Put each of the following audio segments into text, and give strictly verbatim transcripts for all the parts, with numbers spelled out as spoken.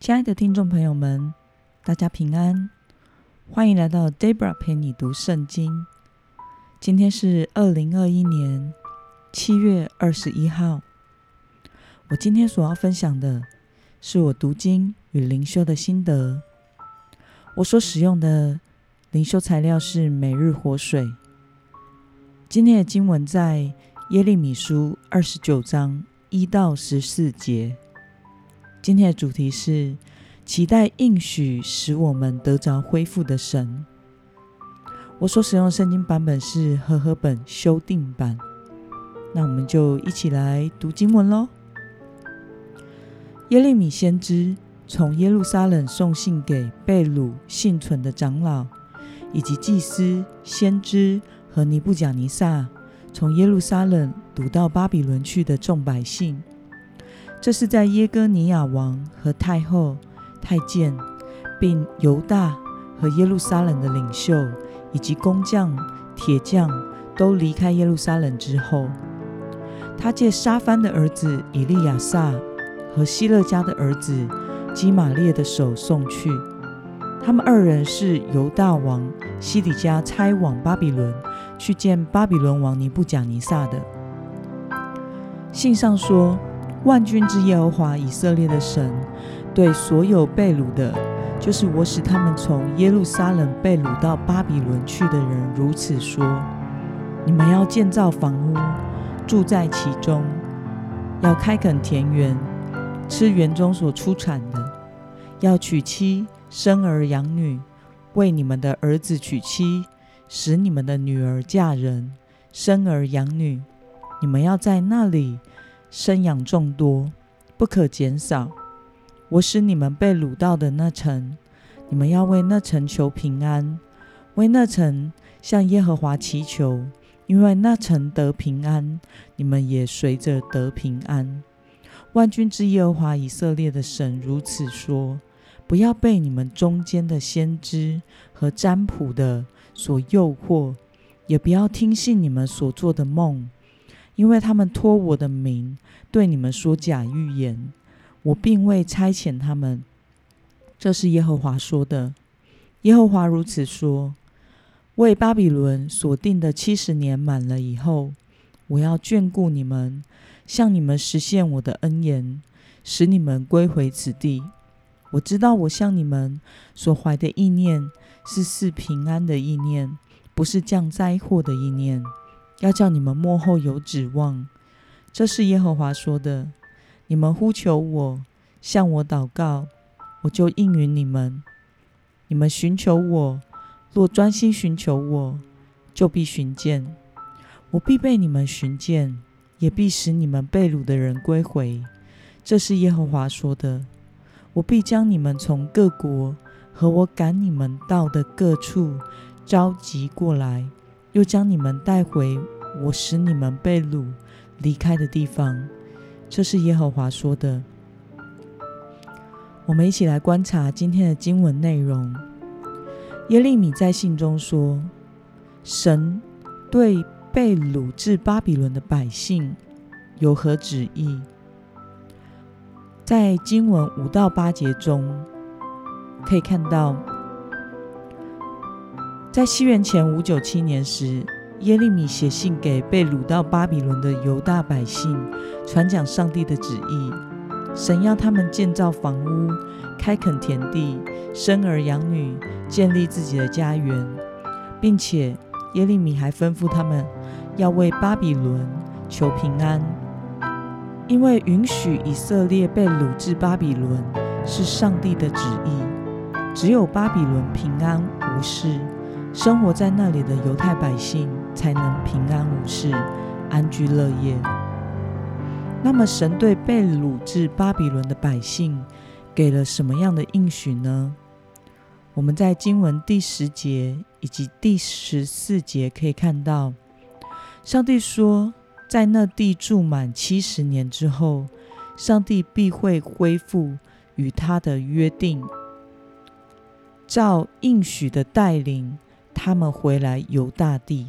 亲爱的听众朋友们，大家平安，欢迎来到 Debra 陪你读圣经。今天是二零二一年七月二十一号。我今天所要分享的是我读经与灵修的心得。我所使用的灵修材料是每日活水。今天的经文在耶利米书二十九章一到十四节。今天的主题是期待应许使我们得着恢复的神。我所使用的圣经版本是和合本修订版。那我们就一起来读经文咯。耶利米先知从耶路撒冷送信给被掳幸存的长老，以及祭司、先知和尼布甲尼撒从耶路撒冷掳到巴比伦去的众百姓。这是在耶哥尼亚王和太后、太监，并犹大和耶路撒冷的领袖以及工匠、铁匠都离开耶路撒冷之后，他借沙番的儿子以利亚撒和希勒家的儿子基玛列的手送去。他们二人是犹大王西底家差往巴比伦去见巴比伦王尼布甲尼撒的。信上说，万军之耶和华以色列的神对所有被掳的，就是我使他们从耶路撒冷被掳到巴比伦去的人如此说：你们要建造房屋，住在其中，要开垦田园，吃园中所出产的，要娶妻，生儿养女，为你们的儿子娶妻，使你们的女儿嫁人，生儿养女。你们要在那里生养众多，不可减少。我使你们被掳到的那城，你们要为那城求平安，为那城向耶和华祈求，因为那城得平安，你们也随着得平安。万军之耶和华以色列的神如此说：不要被你们中间的先知和占卜的所诱惑，也不要听信你们所做的梦，因为他们托我的名对你们说假预言，我并未差遣他们。这是耶和华说的。耶和华如此说：为巴比伦所定的七十年满了以后，我要眷顾你们，向你们实现我的恩言，使你们归回此地。我知道我向你们所怀的意念是赐平安的意念，不是降灾祸的意念，要叫你们末后有指望。这是耶和华说的。你们呼求我，向我祷告，我就应允你们。你们寻求我，若专心寻求我，就必寻见。我必被你们寻见，也必使你们被掳的人归回。这是耶和华说的。我必将你们从各国和我赶你们到的各处召集过来，又将你们带回我使你们被掳离开的地方。这是耶和华说的。我们一起来观察今天的经文内容。耶利米在信中说，神对被掳至巴比伦的百姓有何旨意？在经文五到八节中可以看到，在西元前五九七年时，耶利米写信给被掳到巴比伦的犹大百姓，传讲上帝的旨意。神要他们建造房屋，开垦田地，生儿养女，建立自己的家园，并且耶利米还吩咐他们要为巴比伦求平安，因为允许以色列被掳至巴比伦是上帝的旨意。只有巴比伦平安无事，生活在那里的犹太百姓才能平安无事，安居乐业。那么神对被掳至巴比伦的百姓给了什么样的应许呢？我们在经文第十节以及第十四节可以看到，上帝说，在那地住满七十年之后，上帝必会恢复与他的约定，照应许的带领他们回来犹大地，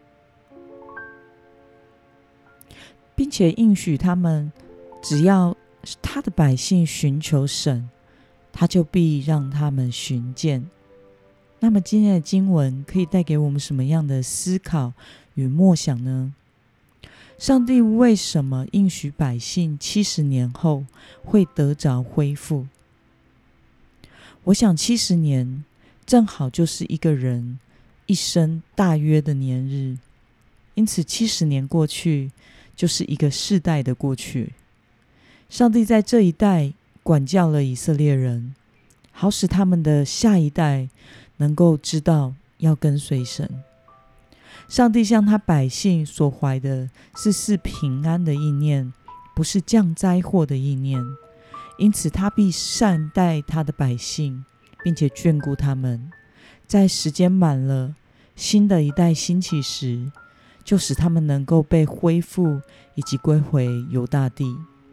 并且应许他们只要他的百姓寻求神，他就必让他们寻见。那么今天的经文可以带给我们什么样的思考与默想呢？上帝为什么应许百姓七十年后会得着恢复？我想七十年正好就是一个人一生大约的年日，因此七十年过去就是一个世代的过去。上帝在这一代管教了以色列人，好使他们的下一代能够知道要跟随神。上帝向他百姓所怀的是赐平安的意念，不是降灾祸的意念，因此他必善待他的百姓，并且眷顾他们。在时间满了，新的一代兴起时，就使他们能够被恢复以及归回犹大地。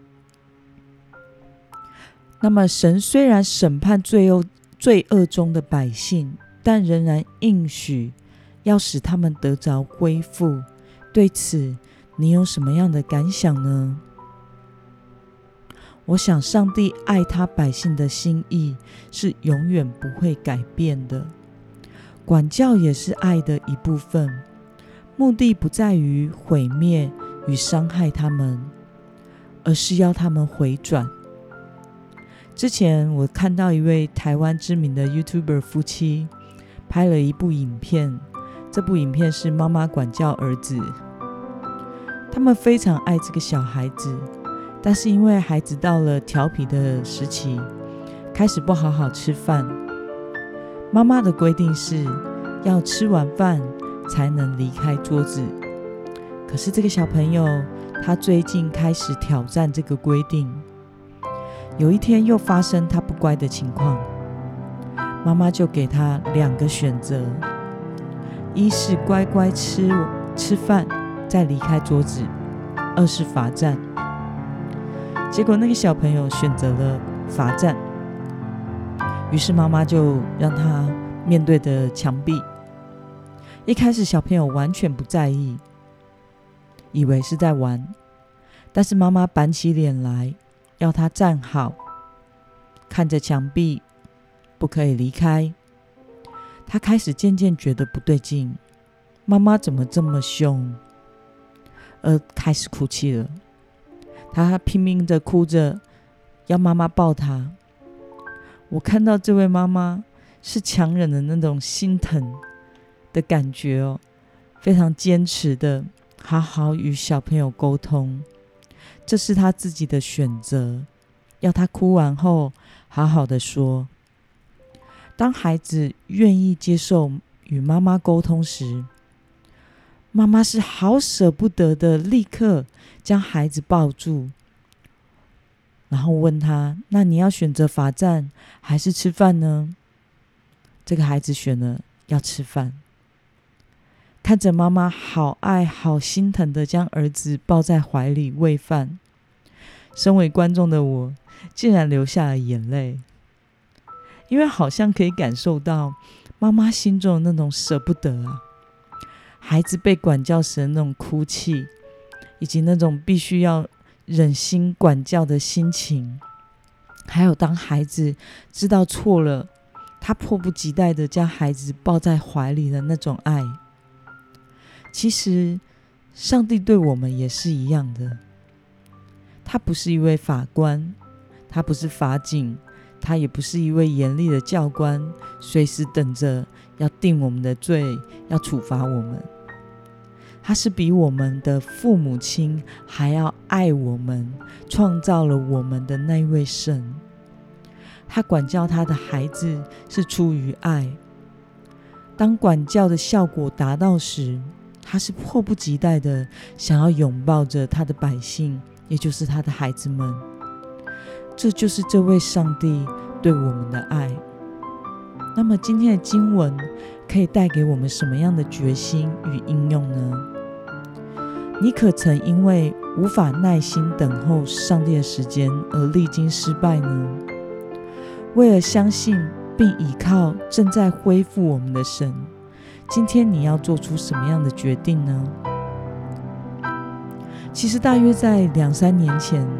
那么神虽然审判罪恶罪恶中的百姓，但仍然应许要使他们得着恢复。对此你有什么样的感想呢？我想上帝爱他百姓的心意是永远不会改变的，管教也是爱的一部分，目的不在于毁灭与伤害他们，而是要他们回转。之前我看到一位台湾知名的 YouTuber 夫妻拍了一部影片，这部影片是妈妈管教儿子。他们非常爱这个小孩子，但是因为孩子到了调皮的时期，开始不好好吃饭。妈妈的规定是要吃完饭才能离开桌子，可是这个小朋友他最近开始挑战这个规定。有一天又发生他不乖的情况，妈妈就给他两个选择，一是乖乖吃吃饭再离开桌子，二是罚站。结果那个小朋友选择了罚站，于是妈妈就让他面对着墙壁。一开始小朋友完全不在意，以为是在玩，但是妈妈板起脸来要他站好，看着墙壁，不可以离开。他开始渐渐觉得不对劲，妈妈怎么这么凶，而开始哭泣了。他拼命的哭着要妈妈抱他。我看到这位妈妈是强忍的那种心疼的感觉哦，非常坚持的好好与小朋友沟通，这是他自己的选择，要他哭完后好好的说。当孩子愿意接受与妈妈沟通时，妈妈是好舍不得的立刻将孩子抱住，然后问他，那你要选择罚站还是吃饭呢？这个孩子选了要吃饭。看着妈妈好爱好心疼的将儿子抱在怀里喂饭，身为观众的我竟然流下了眼泪，因为好像可以感受到妈妈心中的那种舍不得啊，孩子被管教时的那种哭泣，以及那种必须要忍心管教的心情，还有当孩子知道错了，他迫不及待的将孩子抱在怀里的那种爱。其实上帝对我们也是一样的，他不是一位法官，他不是法警，他也不是一位严厉的教官，随时等着要定我们的罪，要处罚我们。他是比我们的父母亲还要爱我们，创造了我们的那位神。他管教他的孩子是出于爱，当管教的效果达到时，他是迫不及待的想要拥抱着他的百姓，也就是他的孩子们。这就是这位上帝对我们的爱。那么今天的经文可以带给我们什么样的决心与应用呢？你可曾因为无法耐心等候上帝的时间而历经失败呢？为了相信并依靠正在恢复我们的神，今天你要做出什么样的决定呢？其实大约在两三年前，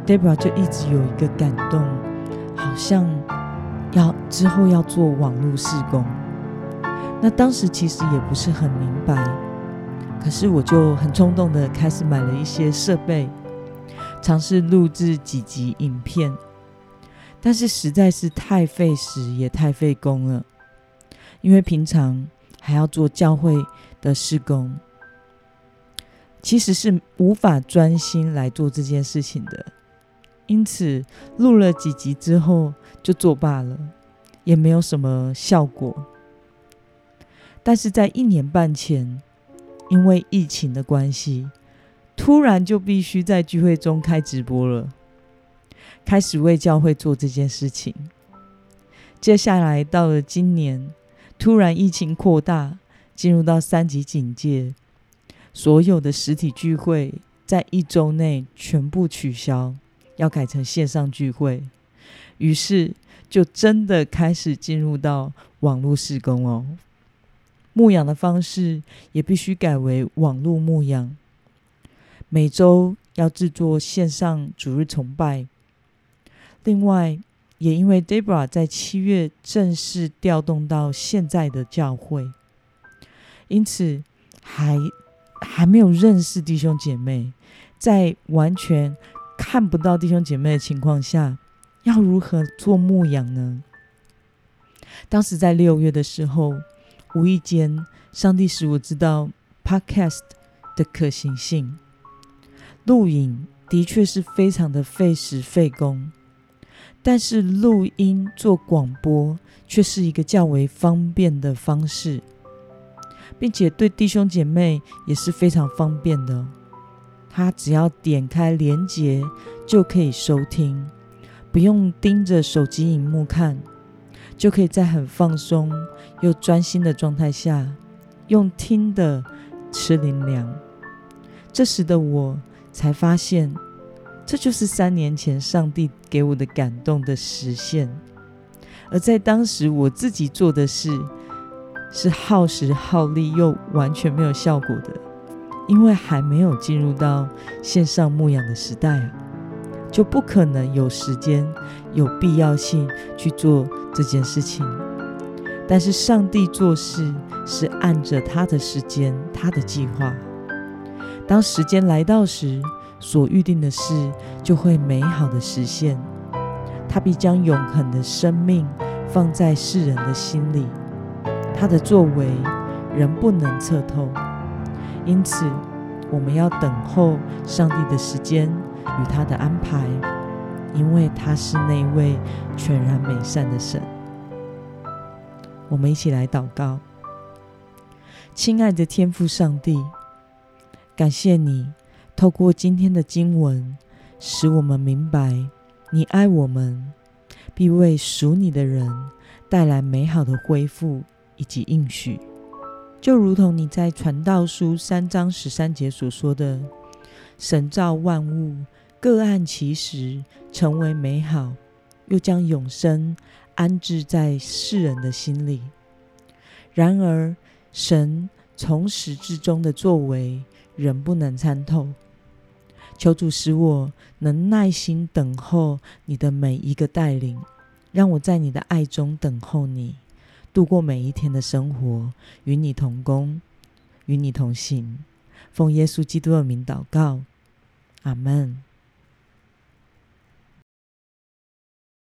Deborah 就一直有一个感动，好像要之后要做网络事工。那当时其实也不是很明白，可是我就很冲动的开始买了一些设备，尝试录制几集影片，但是实在是太费时也太费工了，因为平常还要做教会的事工，其实是无法专心来做这件事情的。因此录了几集之后就作罢了，也没有什么效果。但是在一年半前，因为疫情的关系，突然就必须在聚会中开直播了，开始为教会做这件事情。接下来到了今年，突然疫情扩大，进入到三级警戒，所有的实体聚会在一周内全部取消，要改成线上聚会。于是就真的开始进入到网络事工哦。牧养的方式也必须改为网络牧养，每周要制作线上主日崇拜。另外也因为 Deborah 在七月正式调动到现在的教会，因此还还没有认识弟兄姐妹，在完全看不到弟兄姐妹的情况下，要如何做牧养呢？当时在六月的时候，无意间上帝使我知道 Podcast 的可行性。录影的确是非常的费时费工，但是录音做广播却是一个较为方便的方式，并且对弟兄姐妹也是非常方便的。他只要点开连结就可以收听，不用盯着手机荧幕看，就可以在很放松又专心的状态下用听的吃灵粮。这时的我才发现，这就是三年前上帝给我的感动的实现。而在当时我自己做的事是耗时耗力又完全没有效果的，因为还没有进入到线上牧养的时代啊，就不可能有时间有必要性去做这件事情。但是上帝做事是按着他的时间，他的计划。当时间来到时，所预定的事就会美好的实现。他必将永恒的生命放在世人的心里，他的作为人不能测透。因此我们要等候上帝的时间与他的安排，因为他是那位全然美善的神。我们一起来祷告。亲爱的天父上帝，感谢你透过今天的经文，使我们明白你爱我们，必为属你的人带来美好的恢复以及应许。就如同你在传道书三章十三节所说的，神造万物各按其时成为美好，又将永生安置在世人的心里。然而神从始至终的作为人不能参透，求主使我能耐心等候你的每一个带领，让我在你的爱中等候你，度过每一天的生活，与你同工，与你同行。奉耶稣基督的名祷告，阿们。